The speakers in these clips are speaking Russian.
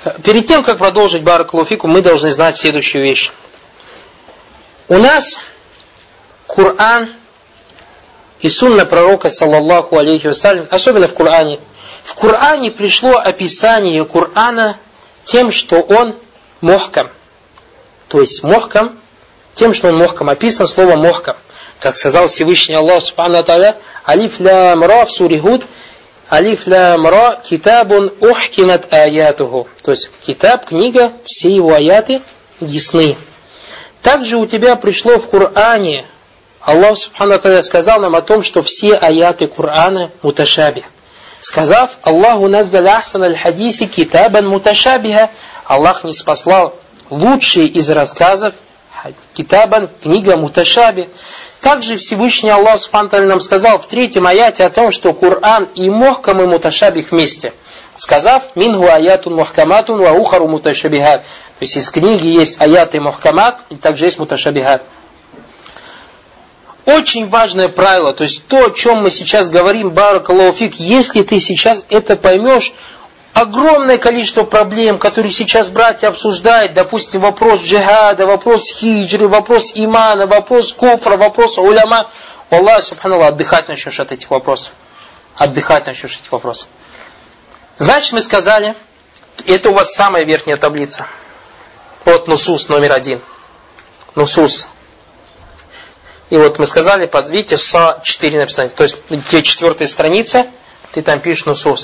Перед тем, как продолжить баракаллаху фикум, мы должны знать следующую вещь. У нас Коран и сунна пророка, саллаллаху алейхи вассалям, особенно в Коране. В Коране пришло описание Корана тем, что он мухкам. То есть мухкам, тем, что он мухкам. Описан слово мухкам. Как сказал Всевышний Аллах субхану ва тааля, алиф лям ра в суре Худ, алиф лям ра китабун ухкимат аятуху. То есть китаб, книга, все его аяты ясны. Также у тебя пришло в Коране, Аллах субхану ва тааля сказал нам о том, что все аяты Корана муташаби. Сказав, Аллаху наззаля ахсан аль-хадиси китабан муташабиха, Аллах не спаслал лучшие из рассказов, китабан, книга муташаби. Также Всевышний Аллах субхану ва тааля нам сказал в 3-м аяте о том, что Коран и мухкам и муташабих вместе. Сказав, мингу аятун мухкаматун ва ухару муташабихат. То есть из книги есть аяты мухкамат, и также есть муташабихат. Очень важное правило, то есть то, о чем мы сейчас говорим, баракаллаху фик, если ты сейчас это поймешь, огромное количество проблем, которые сейчас братья обсуждают, допустим, вопрос джихада, вопрос хиджры, вопрос имана, вопрос куфра, вопрос уляма, Аллах субханаллах, отдыхать начнешь от этих вопросов. Отдыхать начнешь от этих вопросов. Значит, мы сказали, это у вас самая верхняя таблица. Вот нусус номер 1. Нусус. И вот мы сказали, видите, СА 4 написано. То есть, где 4-я страница, ты там пишешь нусус.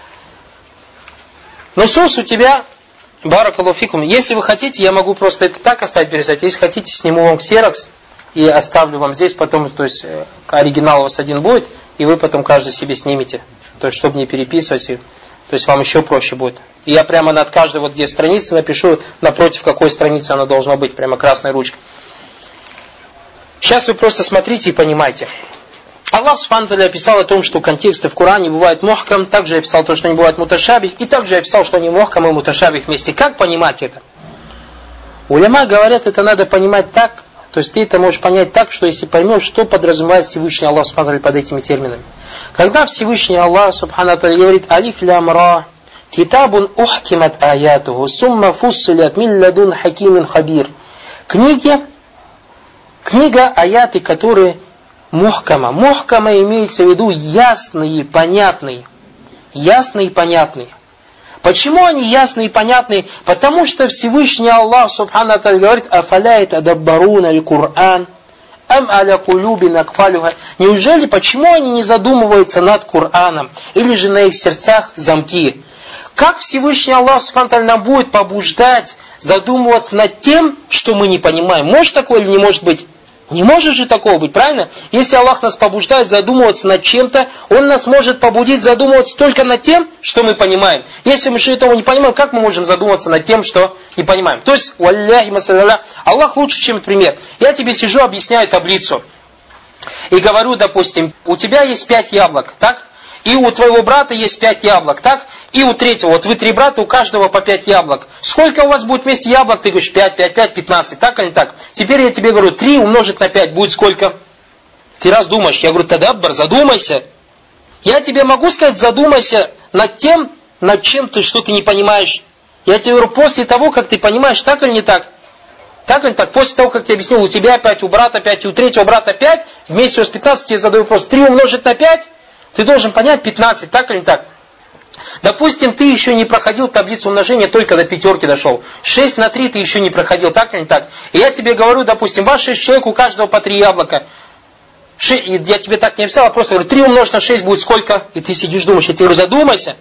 Нусус у тебя, баракаллаху фикум. Если вы хотите, я могу просто это так оставить переписать. Если хотите, сниму вам ксерокс и оставлю вам здесь потом, то есть, оригинал у вас один будет, и вы потом каждый себе снимете. То есть, чтобы не переписывать, то есть, вам еще проще будет. И я прямо над каждой, вот где страницы, напишу, напротив какой страницы она должна быть, прямо красной ручкой. Сейчас вы просто смотрите и понимайте. Аллах субхану ва тааля описал о том, что контексты в Коране бывают мухкам, также описал то, что они бывают муташабих, и также описал, что они мухкам и муташабих вместе. Как понимать это? Уляма говорят, это надо понимать так, то есть ты это можешь понять так, что если поймешь, что подразумевает Всевышний Аллах субхану ва тааля под этими терминами. Когда Всевышний Аллах субхану ва тааля говорит алиф лям ра китабун ухкимат аятуху сумма фуссилят мин ладун хакимин хабир. Книга, аяты, которые мухкама. Мухкама имеется в виду ясные, понятные. Ясные и понятные. Почему они ясные и понятные? Потому что Всевышний Аллах субхану ва тааля говорит: «Афаля ятадаббаруна аль-Кур'ан, ам аля кулюбин акфалюха». Неужели, почему они не задумываются над Кораном? Или же на их сердцах замки? Как Всевышний Аллах субхану ва тааля нам будет побуждать задумываться над тем, что мы не понимаем? Может такое или не может быть? Не может же такого быть, правильно? Если Аллах нас побуждает задумываться над чем-то, Он нас может побудить задумываться только над тем, что мы понимаем. Если мы этого не понимаем, как мы можем задумываться над тем, что не понимаем? То есть, валляхи масалля, Аллах лучше, чем пример. Я тебе сижу, объясняю таблицу. И говорю, допустим, у тебя есть 5 яблок, так? И у твоего брата есть 5 яблок, так? И у третьего, вот вы 3 брата, у каждого по 5 яблок. Сколько у вас будет вместе яблок? Ты говоришь, 5, 5, 5, 15, так или не так? Теперь я тебе говорю, 3 умножить на 5 будет сколько? Ты раз думаешь, я говорю, тадаббар, задумайся. Я тебе могу сказать, задумайся над тем, над чем ты, что ты не понимаешь. Я тебе говорю, после того, как ты понимаешь, так или не так? Так или не так? После того, как я объяснил, у тебя 5, у брата 5, и у третьего брата 5, вместе с 15 я задаю вопрос, 3 умножить на 5? Ты должен понять 15, так или не так? Допустим, ты еще не проходил таблицу умножения, только до 5 дошел. 6 на 3 ты еще не проходил, так или не так? И я тебе говорю, допустим, вас 6 человек, у каждого по 3 яблока. И я тебе так не описал, а просто говорю, 3 умножить на 6 будет сколько? И ты сидишь, думаешь, я тебе говорю, задумайся.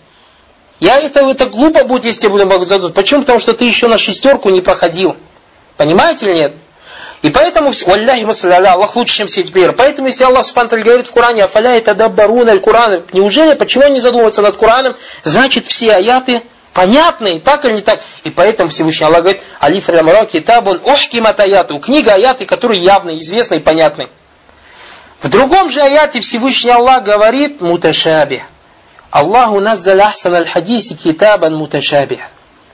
Это глупо будет, если тебе буду задуматься. Почему? Потому что ты еще на 6 не проходил. Понимаете или нет? И поэтому, валляхи масалля, Аллах лучше, чем все эти примеры. Поэтому, если Аллах субхану ва тааля говорит в Коране, афаля ятадаббаруна аль-Кур'ан, неужели, почему не задумываться над Кораном? Значит, все аяты понятные, так или не так? И поэтому Всевышний Аллах говорит, алиф лям ра китабун ухкимат аяту. Книга аяты, которые явны, известны и понятны. В другом же аяте Всевышний Аллах говорит, муташабих. Аллаху наззаля ахсан аль-хадиси китабан муташабих.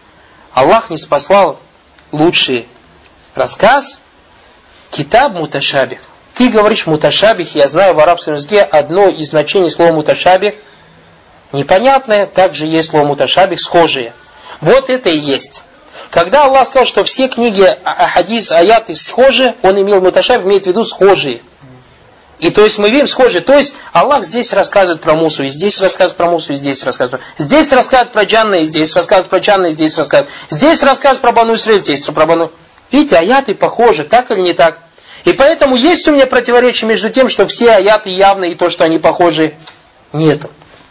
Аллах не спаслал лучший рассказ, китаб муташабих. Ты говоришь муташабих, я знаю в арабском языке одно из значений слова муташабих непонятное, также есть слово муташабих схожие. Вот это и есть. Когда Аллах сказал, что все книги, хадис, аяты схожи, Он имел муташабих, имеет в виду схожие. И то есть мы видим схожие. То есть Аллах здесь рассказывает про Мусу, и здесь рассказывает про Мусу, и здесь рассказывает. Здесь рассказывает про Джанна, и здесь рассказывает про Джанна, и здесь рассказывает. Здесь рассказывает про Бану Исраиль, здесь про Бану. Видите, аяты похожи, так или не так? И поэтому есть у меня противоречие между тем, что все аяты явные, и то, что они похожи, нету.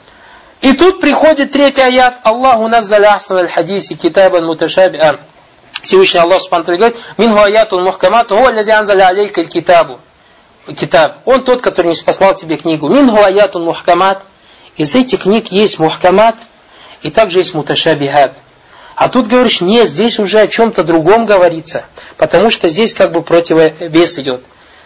И тут приходит третий аят. Аллаху наззаля ахсан аль-хадиси китабан муташабиан. Всевышний Аллах субхану говорит: Минху аятун мухкамату, хуа аллази анзаля алейка аль-китабу. Китаб. Он тот, который не спаслал тебе книгу. Минху аятун мухкамат. Из этих книг есть мухкамат, и также есть муташабихат. А тут говоришь, нет, здесь уже о чем-то другом говорится, потому что здесь как бы противовес идет.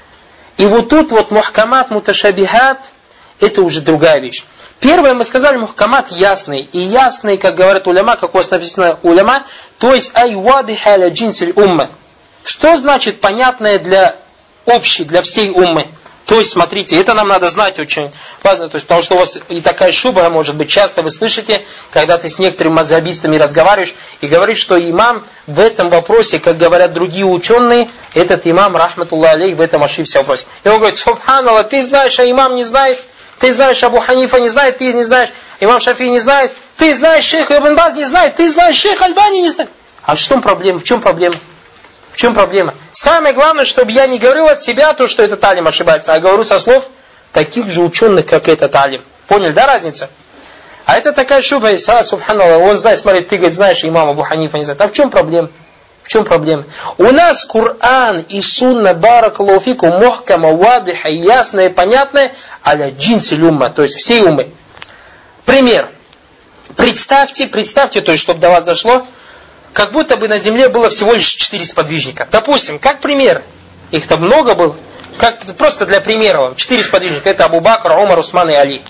И вот тут вот мухкамат, муташабихат, это уже другая вещь. Первое, мы сказали, мухкамат ясный. И ясный, как говорят уляма, как у вас написано уляма, то есть айвадиха ля джинсиль умма. Что значит понятное для общей, для всей уммы? То есть, смотрите, это нам надо знать очень важно, то есть, потому что у вас и такая шубха может быть. Часто вы слышите, когда ты с некоторыми мазхабистами разговариваешь и говоришь, что имам в этом вопросе, как говорят другие ученые, этот имам, рахматуллах алейх, в этом ошибся в вопросе. И он говорит: субханаллах, ты знаешь, а имам не знает, ты знаешь, Абу Ханифа не знает, ты не знаешь, имам Шафи не знает, ты знаешь, шейх Ибн Баз не знает, ты знаешь, шейх Альбани не знает. А в чем проблема? В чем проблема? В чем проблема? Самое главное, чтобы я не говорил от себя то, что этот алим ошибается, а говорю со слов таких же ученых, как этот алим. Поняли, да, разница? А это такая шубха, субханаллах, он знает, смотри, ты, говорит, знаешь, имам Абу Ханифа не знает. А в чем проблема? В чем проблема? У нас Коран и Сунна, баракаллаху фикум, мухкама, вадиха, ясное, понятное, аля джинсиль умма, то есть всей уммы. Пример. Представьте, то есть, чтобы до вас дошло, как будто бы на земле было всего лишь 4 сподвижника. Допустим, как пример, их там много было, как, просто для примера вам, 4 сподвижника, это Абу Бакр, Умар, Усман и Али.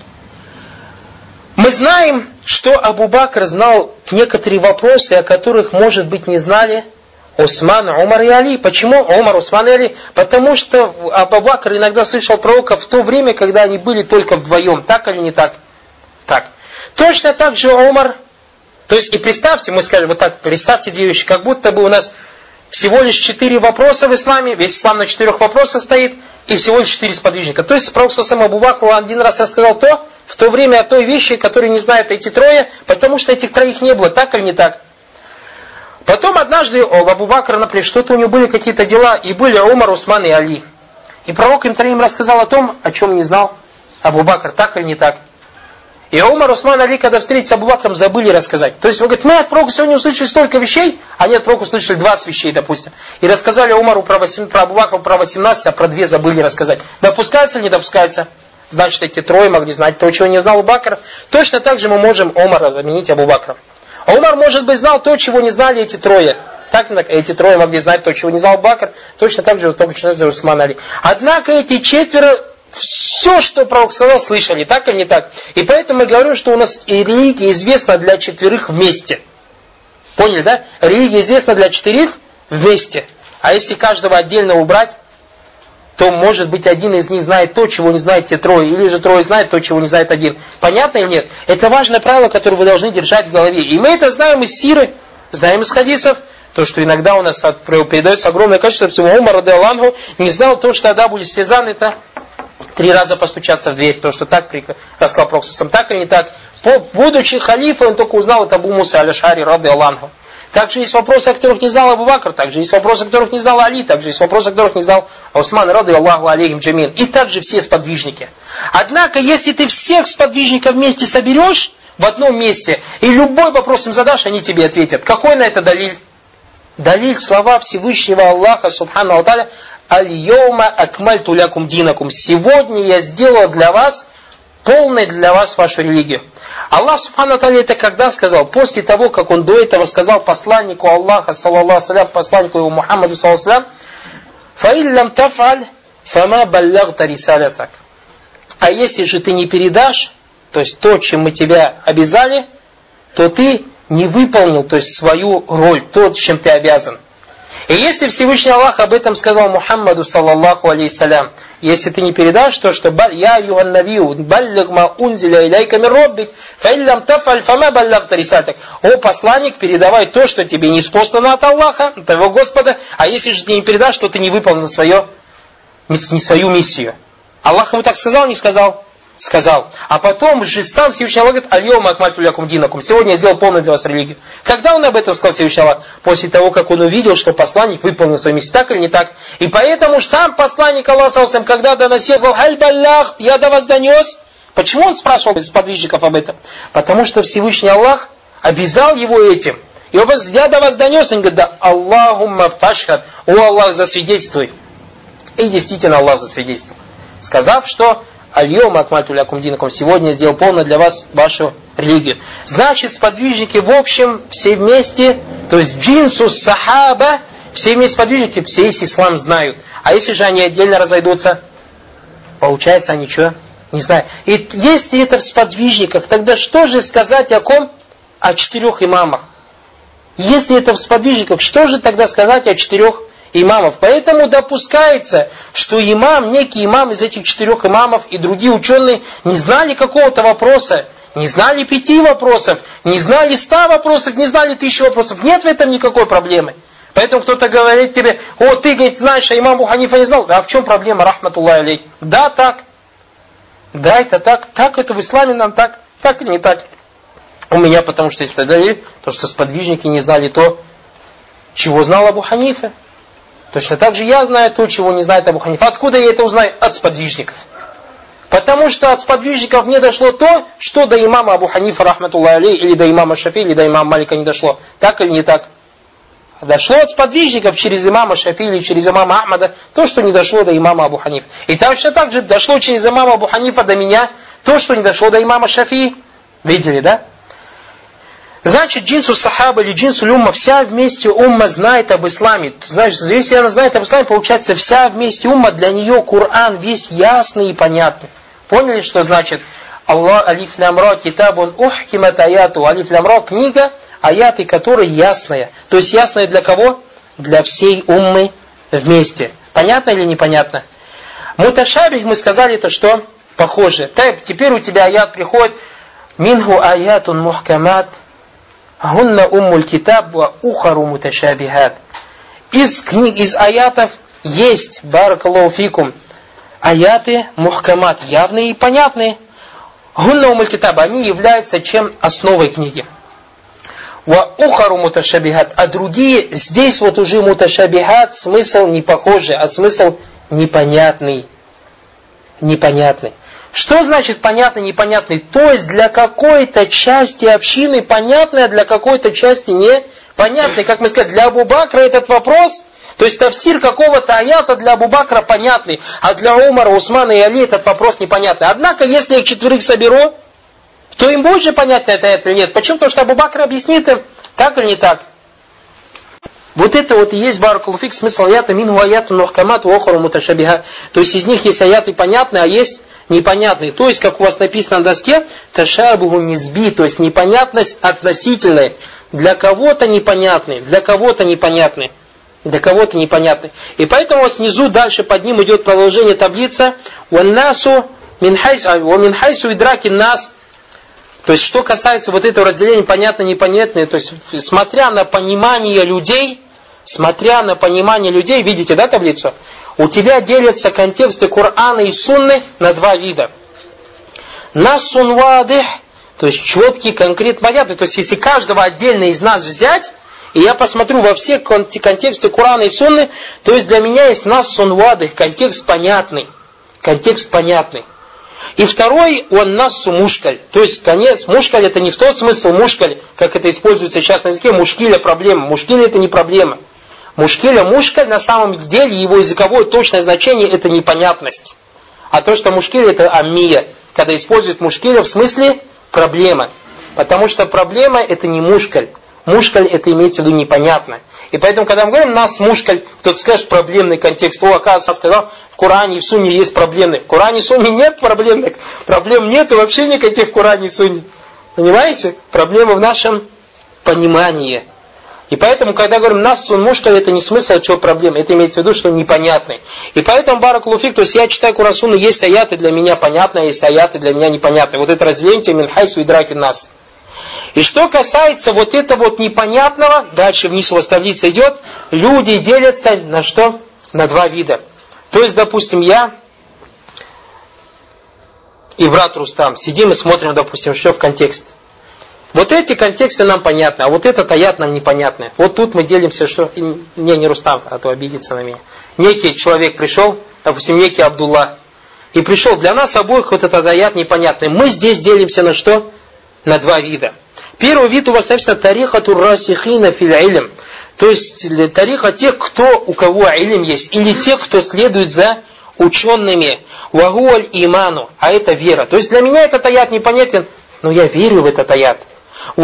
Мы знаем, что Абу Бакр знал некоторые вопросы, о которых, может быть, не знали Усман, Умар и Али. Почему Умар, Усман и Али? Потому что Абу Бакр иногда слышал пророка в то время, когда они были только вдвоем. Так или не так? Так. Точно так же Умар. То есть, и представьте, мы скажем вот так, представьте две вещи, как будто бы у нас всего лишь 4 вопроса в исламе, весь ислам на 4 вопросах стоит, и всего лишь 4 сподвижника. То есть, пророк сам Абу Бакру один раз рассказал то, в то время о той вещи, которые не знают эти трое, потому что этих троих не было, так или не так? Потом однажды у Абу Бакра, например, что-то у него были какие-то дела, и были Умар, Усман и Али. И пророк им троим рассказал о том, о чем не знал Абу Бакр, так или не так? И Умар, Усман, Али, когда встретились с Абу Бакром, забыли рассказать. То есть, он говорит, мы от пророка сегодня услышали столько вещей, а они от пророка услышали 20 вещей, допустим. И рассказали Умару про Абу Бакру про 18, а про 2 забыли рассказать. Допускается или не допускается? Значит, эти трое могли знать то, чего не знал Абу Бакр. Точно так же мы можем Умара заменить Абу Бакром. А Умар, может быть, знал то, чего не знали эти трое. Так, эти трое могли знать то, чего не знал Абу Бакр. Точно так же Усман, Али. Однако эти 4... все, что пророк сказал, слышали, так или не так? И поэтому мы говорим, что у нас и религия известна для 4 вместе. Поняли, да? Религия известна для 4 вместе. А если каждого отдельно убрать, то, может быть, один из них знает то, чего не знают те трое, или же трое знают то, чего не знает один. Понятно или нет? Это важное правило, которое вы должны держать в голове. И мы это знаем из сиры, знаем из хадисов. То, что иногда у нас передается огромное количество всего. Умар, радиаллаху анху, не знал то, что тогда будет стезан, это 3 раза постучаться в дверь. То, что так рассказал пророк сам, так или не так. Будучи халифой, он только узнал это Абу Муса аль-Ашари, радиаллаху анху. Также есть вопросы, о которых не знал Абу Бакр, также есть вопросы, о которых не знал Али, также есть вопросы, о которых не знал Усман, радиаллаху алейхим джамин. И также все сподвижники. Однако, если ты всех сподвижников вместе соберешь в одном месте, и любой вопрос им задашь, они тебе ответят. Какой на это далиль? Далиль слова Всевышнего Аллаха, субхану ва-тааля, «Аль-йома акмальту лякум динакум». Сегодня я сделал для вас, полной для вас вашу религию. Аллах, субхану ва-тааля, это когда сказал? После того, как он до этого сказал посланнику Аллаха, саллаллаху салям, посланнику его Мухаммаду, саллаллаху салям, «Фаиллям тафаль, фама баллягта рисалятак». А если же ты не передашь, то есть то, чем мы тебя обязали, то ты не выполнил, то есть свою роль, то, чем ты обязан. И если Всевышний Аллах об этом сказал Мухаммаду, саллаллаху алейхиссалям, если ты не передашь то, что «Я юхан навию, баллиг ма унзиля иляйка мир роббик, фаиллям тафаль фама баллягта рисатак». О посланник, передавай то, что тебе не спослано от Аллаха, от твоего Господа, а если же ты не передашь, то ты не выполнил свою миссию. Аллах ему так сказал, не сказал? Сказал. А потом же сам Всевышний Аллах говорит: «Аль-йома акмальту лякум динакум». Сегодня я сделал полную для вас религию. Когда он об этом сказал, Всевышний Аллах? После того, как он увидел, что посланник выполнил свою миссию. Так или не так? И поэтому сам посланник Аллаха, когда доносил, сказал: «Аль баллах, я до вас донес». Почему он спрашивал сподвижников об этом? Потому что Всевышний Аллах обязал его этим. И он говорит: «Я до вас донес». Он говорит: «Да Аллахумма фашхад». О Аллах, засвидетельствуй. И действительно Аллах засвидетельствовал, сказав, что «Аль-йома акмальту лякум динакум», сегодня сделал полно для вас вашу религию. Значит, сподвижники в общем, все вместе, то есть джинсус сахаба, все вместе сподвижники, все весь ислам знают. А если же они отдельно разойдутся, получается, они что? Не знаю. И если это в сподвижниках, тогда что же сказать о ком? О 4 имамах. Если это в сподвижниках, что же тогда сказать о 4 имамов? Поэтому допускается, что имам, некий имам из этих 4 имамов и другие ученые не знали какого-то вопроса, не знали 5 вопросов, не знали 100 вопросов, не знали 1000 вопросов. Нет в этом никакой проблемы. Поэтому кто-то говорит тебе: «О, ты, говорит, знаешь, а имам Абу Ханифа не знал». А в чем проблема, рахматуллахи алейх? Да, так. Да, это так. Так это в исламе нам так. Так или не так? У меня, потому что есть далиль, то, что сподвижники не знали то, чего знал Абу Ханифа. Точно так же я знаю то, чего не знает Абу Ханифа. Откуда я это узнаю? От сподвижников. Потому что от сподвижников не дошло то, что до имама Абу Ханифа, рахматуллахи алейх, или до имама Шафи, или до имама Малика не дошло. Так или не так? Дошло от сподвижников через имама Шафи или через имама Ахмада то, что не дошло до имама Абу Ханифа. И точно так же дошло через имама Абу Ханифа до меня то, что не дошло до имама Шафи. Видели, да? Значит, джинсу сахаба или джинсу умма, вся вместе умма знает об исламе. Значит, если она знает об исламе, получается, вся вместе умма, для нее Коран весь ясный и понятный. Поняли, что значит? Аллах, алиф лям ра, китабун ухкимат аяту. Алиф лям ра, книга, аяты которой ясная. То есть ясная для кого? Для всей уммы вместе. Понятно или непонятно? Муташабих, мы сказали, это что? Похоже. Так, теперь у тебя аят приходит: минху аятун мухкамат, гунна уммуль китаб ва ухару муташабихат. Из книг, из аятов есть, баракаллаху фикум, аяты мухкамат, явные и понятные. Гунна уммуль китаб, они являются чем? Основой книги. Ва ухару муташабихат, а другие, здесь вот уже муташабихат, смысл не похожий, а смысл непонятный. Непонятный. Что значит понятный, непонятный? То есть для какой-то части общины понятный, а для какой-то части непонятный. Как мы сказали, для Абу Бакра этот вопрос, то есть тафсир какого-то аята для Абу Бакра понятный, а для Умара, Усмана и Али этот вопрос непонятный. Однако, если я их 4 соберу, то им будет же понятно это или нет. Почему? Потому что Абу Бакр объяснит им, так или не так. Вот это вот и есть баракаллаху фик, смысл аята минху аятун мухкамат ва ухару муташабихат. То есть из них есть аяты понятные, а есть непонятные. То есть, как у вас написано на доске, ташабуху низби, то есть непонятность относительная. Для кого-то непонятный, для кого-то непонятный, для кого-то непонятный. И поэтому снизу дальше под ним идет продолжение таблица ваннасу мин хайсу идраки нас. То есть, что касается вот этого разделения понятно-непонятное, то есть, смотря на понимание людей, видите, да, таблицу? У тебя делятся контексты Корана и Сунны на 2 вида. Нассун вадих, то есть четкий, конкретный, понятный. То есть, если каждого отдельно из нас взять, и я посмотрю во все контексты Корана и Сунны, то есть для меня есть нассун вадих, контекст понятный. И второй, он нассу мушкаль. То есть, конец, мушкаль это не в тот смысл мушкаль, как это используется сейчас на языке, мушкиля проблема. Мушкиля это не проблема. Мушкиля, мушкаль на самом деле, его языковое точное значение это непонятность. А то, что мушкиля это аммия, когда используют мушкиля в смысле проблема. Потому что проблема это не мушкаль. Мушкаль это имеется в виду непонятно. И поэтому, когда мы говорим нас мушкаль, кто-то скажет проблемный контекст. О, оказывается, сказал, в Коране и в Сунне есть проблемный. В Коране и Сунне нет проблемных. Проблем нету вообще никаких в Коране и в Сунне. Понимаете? Проблема в нашем понимании. И поэтому, когда говорим нассун мушкаль, это не смысл, от чего проблема. Это имеется в виду, что непонятный. И поэтому, баракаллаху фик, то есть я читаю Куран Сунну, есть аяты для меня понятные, есть аяты для меня непонятные. Вот это разделение мин хайсу и драки нас. И что касается вот этого вот непонятного, дальше вниз у вас таблица идет, люди делятся на что? На два вида. То есть, допустим, я и брат Рустам сидим и смотрим, допустим, что в контекст. Вот эти контексты нам понятны, а вот этот аят нам непонятный. Вот тут мы делимся, что... Не Рустам, а то обидится на меня. Некий человек пришел, допустим, некий Абдулла, и пришел, для нас обоих вот этот аят непонятный. Мы здесь делимся на что? На два вида. Первый вид у вас написано тарихату расихина фил илм. То есть тариха тех, у кого илм есть, или тех, кто следует за учеными. Вагуаль иману, а это вера. То есть для меня этот аят непонятен, но я верю в этот аят. И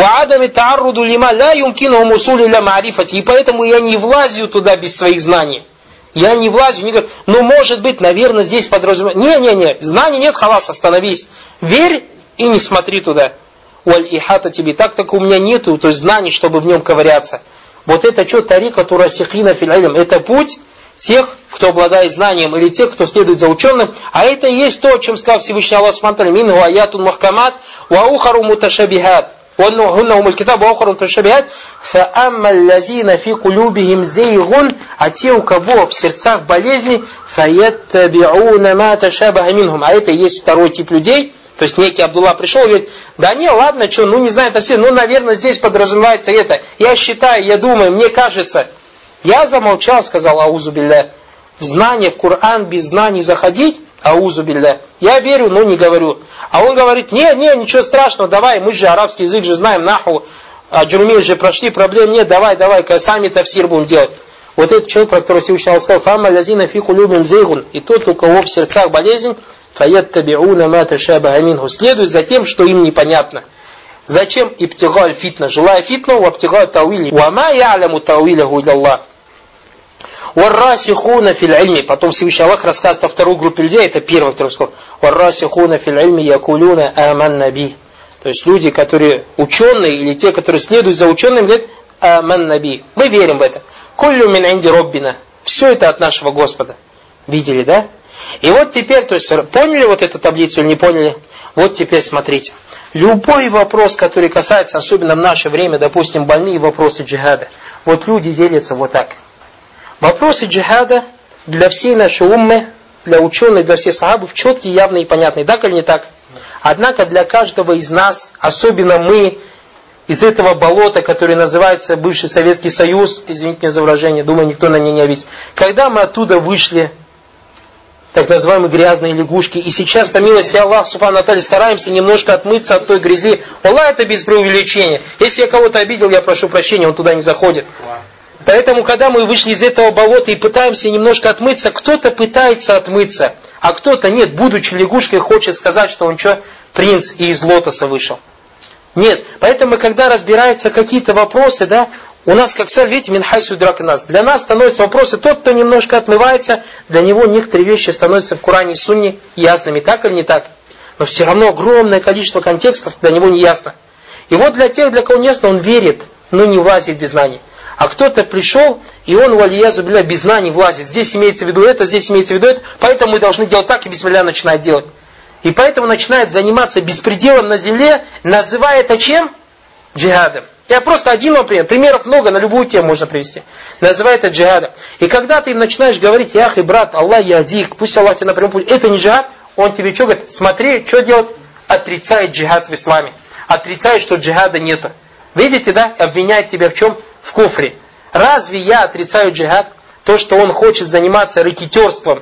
поэтому я не влазю туда без своих знаний. Я не влазю, не говорю, ну может быть, наверное, здесь подразумевается. Не, знаний нет, халас, остановись. Верь и не смотри туда. Уаль-ихата тебе, так у меня нету, то есть знаний, чтобы в нем ковыряться. Вот это что, тарика турасихина фил илм. Это путь тех, кто обладает знанием, или тех, кто следует за ученым. А это и есть то, о чем сказал Всевышний Аллах Субхану ва Тааля: мингу аятун мухкамат ва ухару муташабихат. Ваннахуннахум аль-китаб ва ухару муташабихат. Фа амма аллазина фи кулюбихим зейгун. А те, у кого в сердцах болезни, фаяттабиуна ма ташабаха минхум. А это и есть второй тип людей. То есть некий Абдулла пришел и говорит: да не, ладно, что, не знаю это все, наверное, здесь подразумевается это. Я считаю, я думаю, мне кажется. Я замолчал, сказал аузу билля. В знание, в Коран без знаний заходить, аузу билля. Я верю, но не говорю. А он говорит: не, ничего страшного, давай, мы же арабский язык же знаем, наху, джурмиль же прошли, проблем нет, давай, сами тафсир будем делать. Вот этот человек, про которого Всевышний Аллах сказал: фамма лазина фи кулюбим зейгун. И тот, у кого в сердцах болезнь, фаяттабиуна ма ташабаха минху. Следует за тем, что им непонятно. Зачем ибтигаль фитна? Желая фитну, вабтигаль тауили. Вама я'ляму тауиляху илlallah. Варрасихуна фил ильми. Потом Всевышний Аллах рассказывает о второй группе людей. Это первый, который сказал: варрасихуна фил ильми якулюна аманна би. То есть люди, которые ученые, или те, которые следуют за ученым, говорят: аманна би. Мы верим в это. Куллю мин инди роббина. Все это от нашего Господа. Видели, да? И вот теперь, то есть, поняли вот эту таблицу или не поняли? Вот теперь смотрите. Любой вопрос, который касается, особенно в наше время, допустим, больные вопросы джихада. Вот люди делятся вот так. Вопросы джихада для всей нашей уммы, для ученых, для всех сахабов четкие, явные и понятные. Так или не так? Однако для каждого из нас, особенно мы, из этого болота, которое называется бывший Советский Союз, извините меня за выражение, думаю, никто на меня не обидится. Когда мы оттуда вышли, так называемые грязные лягушки, и сейчас, по милости Аллаха Субхану ва Тааля, стараемся немножко отмыться от той грязи. Аллах, это без преувеличения. Если я кого-то обидел, я прошу прощения, он туда не заходит. Поэтому, когда мы вышли из этого болота и пытаемся немножко отмыться, кто-то пытается отмыться, а кто-то нет, будучи лягушкой, хочет сказать, что он что, принц и из лотоса вышел. Нет. Поэтому, когда разбираются какие-то вопросы, да, у нас, как сказали, видите, мин хайсу драк нас. Для нас становятся вопросы, тот, кто немножко отмывается, для него некоторые вещи становятся в Коране и Сунне ясными, так или не так. Но все равно огромное количество контекстов для него не ясно. И вот для тех, для кого не ясно, он верит, но не влазит без знаний. А кто-то пришел, и он, валиязу билля, без знаний влазит. Здесь имеется в виду это, здесь имеется в виду это, поэтому мы должны делать так, и бисмилля начинает делать. И поэтому начинает заниматься беспределом на земле, называя это чем? Джихадом. Я просто один вам пример. Примеров много, на любую тему можно привести. Называй это джихадом. И когда ты им начинаешь говорить: ях и брат, Аллах яхдик, пусть Аллах тебя на прямой путь, это не джихад, он тебе что говорит? Смотри, что делать? Отрицает джихад в исламе. Отрицает, что джихада нету. Видите, да? Обвиняет тебя в чем? В куфре. Разве я отрицаю джихад? То, что он хочет заниматься рэкетёрством.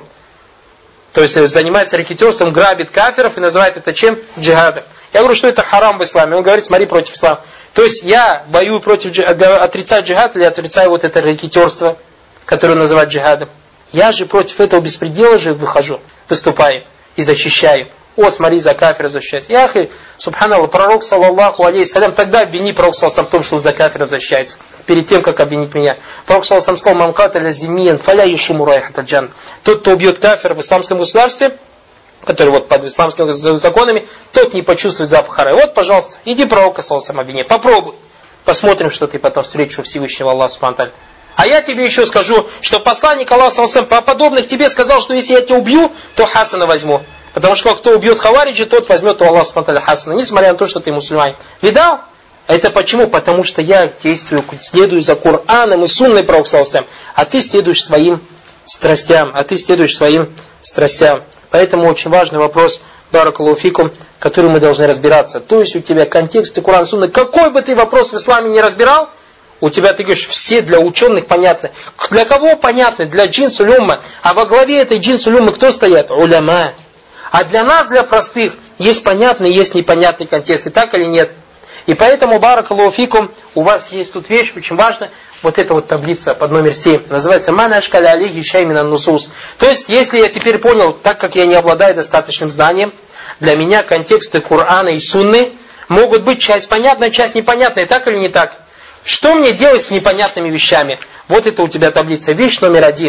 То есть занимается рэкетёрством, грабит кафиров и называет это чем? Джихадом. Я говорю, что это харам в исламе. Он говорит: смотри, против ислама. То есть я воюю против отрицаю джихад или отрицаю вот это рэкетёрство, которое называют джихадом. Я же против этого беспредела же выхожу, выступаю и защищаю. О, смотри, за кафиров защищается. Яхи, субханаллах, пророк, саллаллаху алейхиссалям, тогда обвини пророк саллаллаху в том, что он за кафиров защищается. Перед тем, как обвинить меня. Пророк саллаллаху сказал: ман каталя зимиян фаля юшуму райхат аль-джанна. Тот, кто убьет кафира в исламском государстве, который вот под исламскими законами, тот не почувствует запах рая. Вот, пожалуйста, иди пророка саллаллаху обвини. Попробуй. Посмотрим, что ты потом встретишь у Всевышнего Аллаха субхану ва тааля. А я тебе еще скажу, что посланник Аллаха по подобных тебе сказал, что если я тебя убью, то Хасана возьму. Потому что кто убьет Хавариджа, тот возьмет у Аллаха субхану ва тааля Хасана, несмотря на то, что ты мусульманин. Видал? Это почему? Потому что я действую, следую за Кораном и сунной пророка саллаллаху алейхи ва саллям, а ты следуешь своим страстям. Поэтому очень важный вопрос, баракаллаху фикум, который мы должны разбираться. То есть у тебя контекст Коран, Сунна, какой бы ты вопрос в исламе не разбирал, у тебя, ты говоришь, все для ученых понятны. Для кого понятны? Для джинсуль умма. А во главе этой джинсуль уммы кто стоят? Уляма. А для нас, для простых, есть понятный, есть непонятный контекст. И так или нет? И поэтому, баракаллаху фикум, у вас есть тут вещь, очень важная, вот эта вот таблица под номер 7, называется «Мана ашкаля алейхи шаймина нусус». То есть, если я теперь понял, так как я не обладаю достаточным знанием, для меня контексты Корана и Сунны могут быть часть понятная, часть непонятная, так или не так? Что мне делать с непонятными вещами? Вот это у тебя таблица. Вещь номер один.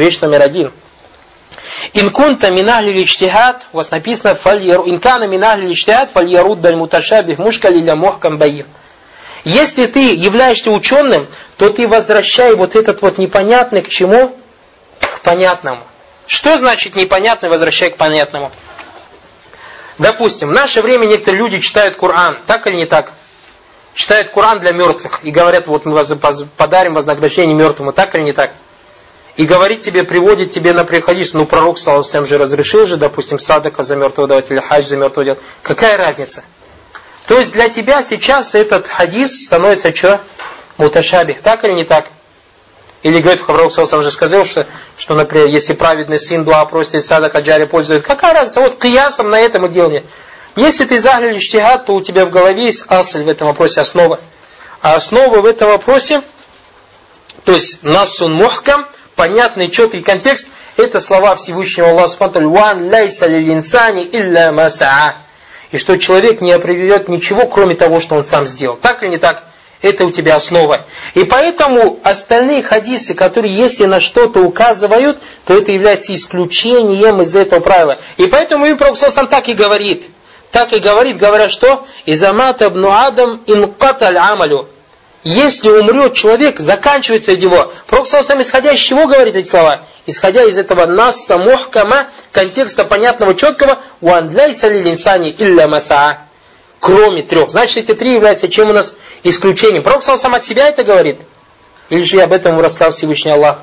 Инкунта минахли личтихад, у вас написано инкана минахли личтихад фальярудд даль муташабих мушкали ля мохкам баим. Если ты являешься ученым, то ты возвращай вот этот вот непонятный к чему? К понятному. Что значит непонятный возвращай к понятному? Допустим, в наше время некоторые люди читают Коран, так или не так? Читают Коран для мертвых и говорят, вот мы подарим вознаграждение мертвому, так или не так? И говорит тебе, приводит тебе на хадис, ну пророк саллаллаху алейхи ва саллям же разрешил же, допустим, садака за мертвого давать или хадж за мертвого делать. Какая разница? То есть для тебя сейчас этот хадис становится что? Муташабих, так или не так? Или говорит, пророк саллаллаху алейхи ва саллям же сказал, что, например, если праведный сын дуа просит, и садака джари пользует. Какая разница? Вот киясом на этом и делание. Если ты заглянешь иджтихад, то у тебя в голове есть асль в этом вопросе, основа. А основа в этом вопросе, то есть нассун мухкам, понятный, четкий контекст, это слова Всевышнего Аллаха субхану ва тааля: «Ван лайса лил-инсани илля ма саа». И что человек не приведет ничего, кроме того, что он сам сделал. Так или не так? Это у тебя основа. И поэтому остальные хадисы, которые если на что-то указывают, то это является исключением из этого правила. И поэтому и пророк саллаллаху алейхи ва саллям так и говорит, говорят, что «Изамата бну Адам инкаталь амалю». Если умрет человек, заканчивается его. Пророк саллаллаху алейхи ва саллям, исходя из чего говорит эти слова? Исходя из этого насса мухкама, контекста понятного, четкого, «Уан ляйса лил-инсани илля ма саа». Кроме трех. Значит, эти три являются чем у нас? Исключением. Пророк саллаллаху алейхи ва саллям от себя это говорит? Или же об этом рассказал Всевышний Аллах?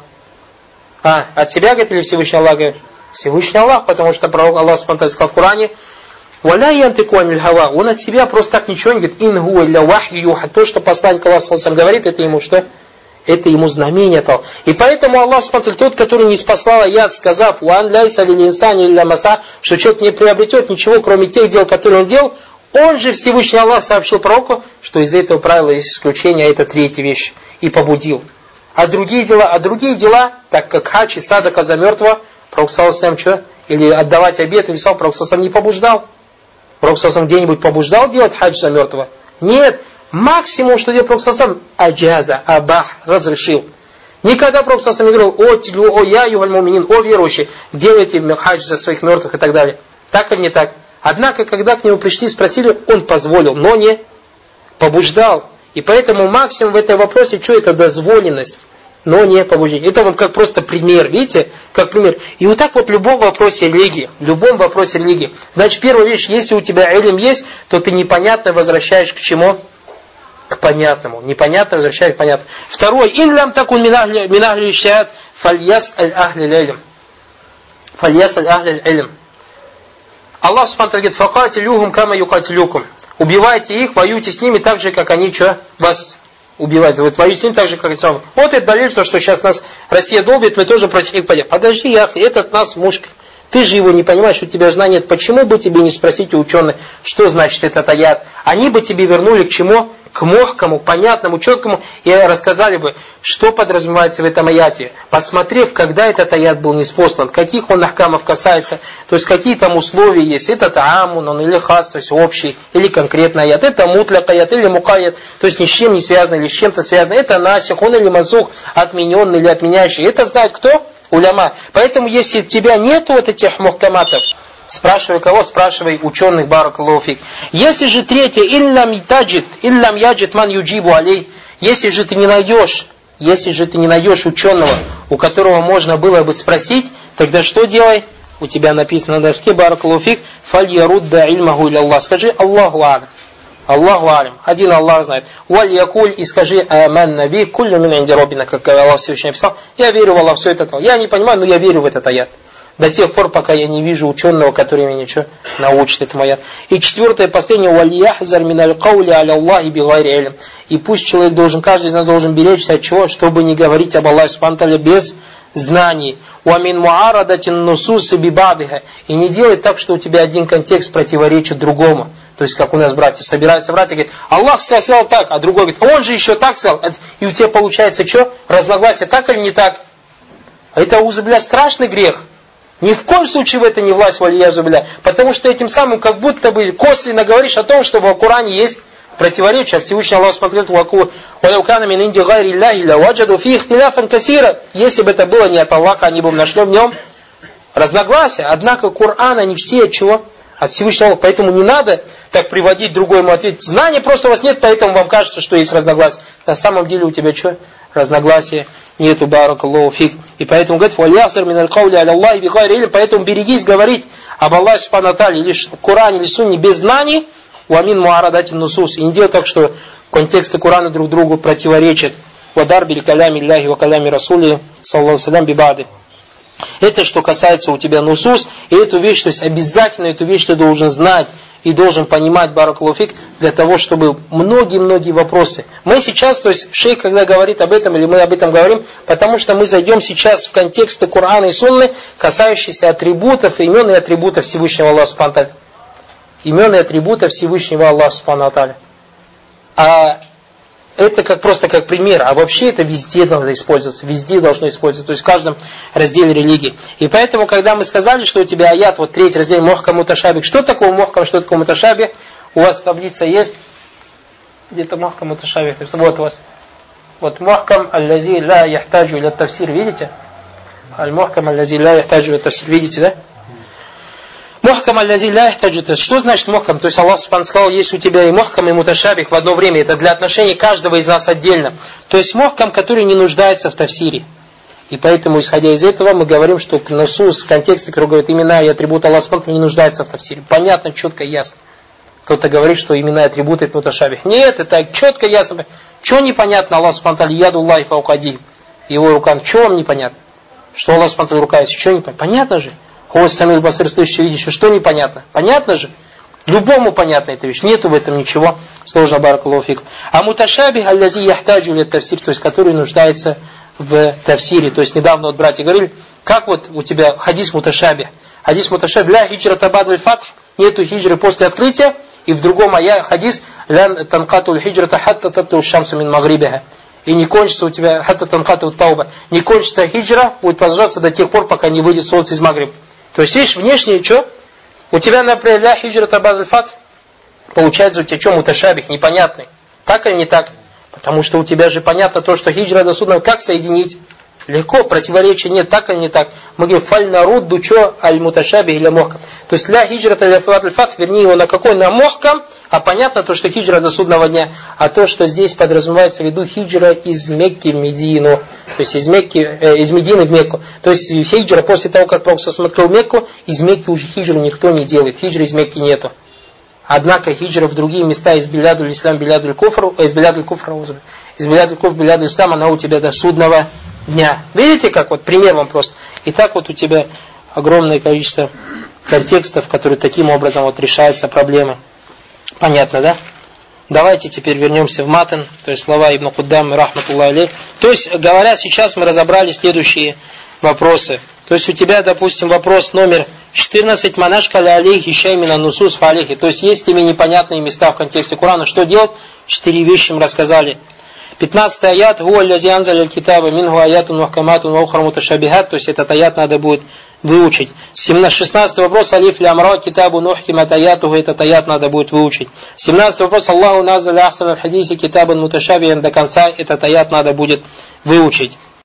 От себя говорит или Всевышний Аллах говорит? Всевышний Аллах, потому что пророк Аллах субхану ва тааля сказал в Коране: «Валя янтику аниль хава». Он от себя просто так ничего не говорит. «Ин хуа илля вахью юха». То, что посланник Аллаха саллаллаху алейхи ва саллям говорит, это ему что? Это ему знамение. И поэтому Аллах субхану ва тааля, тот, который не спаслал аят, сказав: «Ван ляйса лил-инсани илля ма саа», что человек не приобретет ничего, кроме тех дел, которые он делал, он же Всевышний Аллах сообщил пророку, что из этого правила есть исключение, а это третья вещь, и побудил. А другие дела, так как хадж и садака за мертвого, пророк саллаллаху алейхи ва саллям что? Или отдавать обет, или сал, пророк саллаллаху алейхи ва саллям не побуждал. Пророк саллаллаху алейхи ва саллям где-нибудь побуждал делать хадж за мертвого? Нет. Максимум, что делал пророк саллаллаху алейхи ва саллям, аджаза, абах, разрешил. Никогда пророк саллаллаху алейхи ва саллям не говорил: о я югаль муминин, о верующие, делайте хадж за своих мертвых и так далее. Так или не так? Однако, когда к нему пришли и спросили, он позволил, но не побуждал. И поэтому максимум в этом вопросе, что это дозволенность, но не побуждение. Это вам как просто пример, видите, как пример. И вот так вот в любом вопросе религии, Значит, первая вещь, если у тебя илм есть, то ты непонятно возвращаешь к чему? К понятному. Непонятно возвращаешь к понятному. Второе, ин лям такун минахли иштихад фальяс аль ахли илм. Аллах субхану ва тааля говорит: «Факатилюхум кама юкатилюкум». Убивайте их, воюйте с ними так же, как они вас убивают. Вот воюйте с ними так же, как и сам. Вот это далиль, что сейчас нас Россия долбит, мы тоже против них пойдем. Подожди, этот нас мушка. Ты же его не понимаешь, у тебя знания нет. Почему бы тебе не спросить у ученых, что значит этот аят? Они бы тебе вернули к чему? К мохкому, понятному, четкому, и рассказали бы, что подразумевается в этом аяте. Посмотрев, когда этот аят был ниспослан, каких он ахкамов касается, то есть какие там условия есть. Это таамун, он или хас, то есть общий, или конкретный аят. Это мутляк аят, или мукаят, то есть ни с чем не связано, или с чем-то связано. Это насих, он или мансух, отмененный или отменяющий. Это знает кто? Уляма. Поэтому, если у тебя нет вот этих мухкаматов, Спрашивай кого? Спрашивай ученых, баракаллаху фик. Если же третье, иллям яджид ман юджибу алей, если же ты не найдешь ученого, у которого можно было бы спросить, тогда что делай? У тебя написано на доске, баракаллаху фик, фаль ярудда ильмаху илля Аллах. Скажи Аллаху алям. Аллаху алям. Один Аллах знает. Валь якуль, и скажи аман наби куллю мин инди роббина, как Аллах Всевышний написал. Я верю в Аллах, все это. Я не понимаю, но я верю в этот аят. До тех пор, пока я не вижу ученого, который меня ничего научит этому аят. И четвертое, последнее, валь яхзар миналь каули аля Аллахи би гайри илм. И пусть человек должен, каждый из нас должен беречься от чего? Чтобы не говорить об Аллахе субхану ва тааля без знаний. Уамин муарадатин нусуси бибадиха. И не делай так, что у тебя один контекст противоречит другому. То есть, как у нас братья, собираются братья, говорят, Аллах сказал так, а другой говорит, он же еще так сказал. И у тебя получается что? Разногласие так или не так? Это, узубля, страшный грех. Ни в коем случае в это не власть, валиязубля. Потому что этим самым как будто бы косвенно говоришь о том, что в Коране есть противоречия. Всевышний Аллах смотрел, если бы это было не от Аллаха, они бы нашли в нем разногласия. Однако Коран, они все от чего? От Всевышнего Аллаха. Поэтому не надо так приводить другой ему ответ. Знания просто у вас нет, поэтому вам кажется, что есть разногласия. На самом деле у тебя что? Разногласия нету, баракаллаху фик. И поэтому говорит, вальясар миналь каули аля Аллахи би гайри илм. Поэтому берегись говорить об Аллахе субхану ва тааля, или в Коране, или Сунне без знаний, уамин муарадатин нусус. И не делай так, что контексты Корана друг другу противоречат. Вадар биль калями Аллахи ва калями Расули, саллаллаху салям бибады. Это что касается у тебя нусус, и эту вещь, то есть обязательно эту вещь ты должен знать и должен понимать, баракаллаху фик, для того, чтобы многие-многие вопросы. Мы сейчас, то есть шейх, когда говорит об этом, или мы об этом говорим, потому что мы зайдем сейчас в контексты Корана и Сунны, касающиеся атрибутов, имен и атрибутов Всевышнего Аллаха субхану ва тааля. Имен и атрибутов Всевышнего Аллаха субхану ва тааля. А это просто как пример, а вообще это везде должно использоваться, то есть в каждом разделе религии. И поэтому, когда мы сказали, что у тебя аят, вот третий раздел, мохкам муташабих, что такое мохкам, что такое муташабих, у вас таблица есть, где-то мохкам муташабих, вот у вас, вот мохкам аллази ла яхтаджу иля тавсир, видите? Аль-мохкам аллази ла яхтаджу иля тавсир, видите, да? Мохкам аллази ля яхтаджу. Что значит мохкам? То есть Аллах субхану сказал, есть у тебя и мохкам, и муташабих в одно время. Это для отношений каждого из нас отдельно. То есть мохкам, который не нуждается в тавсире. И поэтому, исходя из этого, мы говорим, что насус в контексте, который говорит имена и атрибуты Аллаха субхану не нуждается в тавсире. Понятно, четко, ясно. Кто-то говорит, что имена и атрибуты это муташабих. Нет, это четко, ясно. Чего непонятно Аллах субхану ядуллахи фауқади, его рукам? Чего вам непонятно? Что Аллах субхану рука есть? Чего непонятно? Понятно же. Хос самил басир, слышащий, видящий, что непонятно? Понятно же? Любому понятна эта вещь. Нету в этом ничего сложного, баракаллаху фикум. А муташабих аллази яхтаджу ля тавсир, то есть который нуждается в тавсире. То есть недавно вот братья говорили, как вот у тебя хадис муташабих. Хадис муташабих, ля хиджрата ба'даль фатх, нету хиджры после открытия. И в другом хадис, ля танкатуль хиджрата хатта тапту шамсу мин магрибиха. И не кончится у тебя хатта танкату тауба. Не кончится хиджра, будет продолжаться до тех пор, пока не выйдет солнце из Магриба. То есть, видишь, внешнее что? У тебя, например, ля хиджрата ба'даль фатх, получается у тебя что, муташабих, непонятный. Так или не так? Потому что у тебя же понятно то, что хиджра до судна, как соединить? Легко, противоречия нет, так или не так. Мы говорим, фаль нарудду чо аль муташабих или мохкам. То есть, ля хиджрата ля ба'даль фатх, вернее его на какой? На мохкам, а понятно то, что хиджра до судного дня. А то, что здесь подразумевается в виду хиджра из Мекки в Медину. То есть из Медины в Мекку. То есть хиджра после того, как Пророк открыл Мекку, из Мекки уже хиджру никто не делает. Хиджры из Мекки нету. Однако хиджра в другие места из билядуль ислам, билядуль куфр, из билядуль куфр, билядуль ислам, она у тебя до судного дня. Видите, как вот пример вам просто. И так вот у тебя огромное количество контекстов, которые таким образом вот решаются проблемы. Понятно, да? Давайте теперь вернемся в матн, то есть слова Ибн Куддам, рахматуллахи алейх. То есть, говоря сейчас, мы разобрали следующие вопросы. То есть, у тебя, допустим, вопрос номер 14, манашка ля алейхи шаймина нусус фа алейхи. То есть, есть тебе непонятные места в контексте Корана. Что делать? 4 вещи мы рассказали. 15 аят, гуа лязи анзаля аль-китаба, мингу аятун мухкаматун ва ухра муташабихат. То есть, этот аят надо будет выучить. 16 вопрос, алиф лямра, китабу нухкимат аятуху, этот аят надо будет выучить. 17 вопрос, Аллаху назаля ахсан аль-хадиси, китабан муташабиан, до конца этот аят надо будет выучить.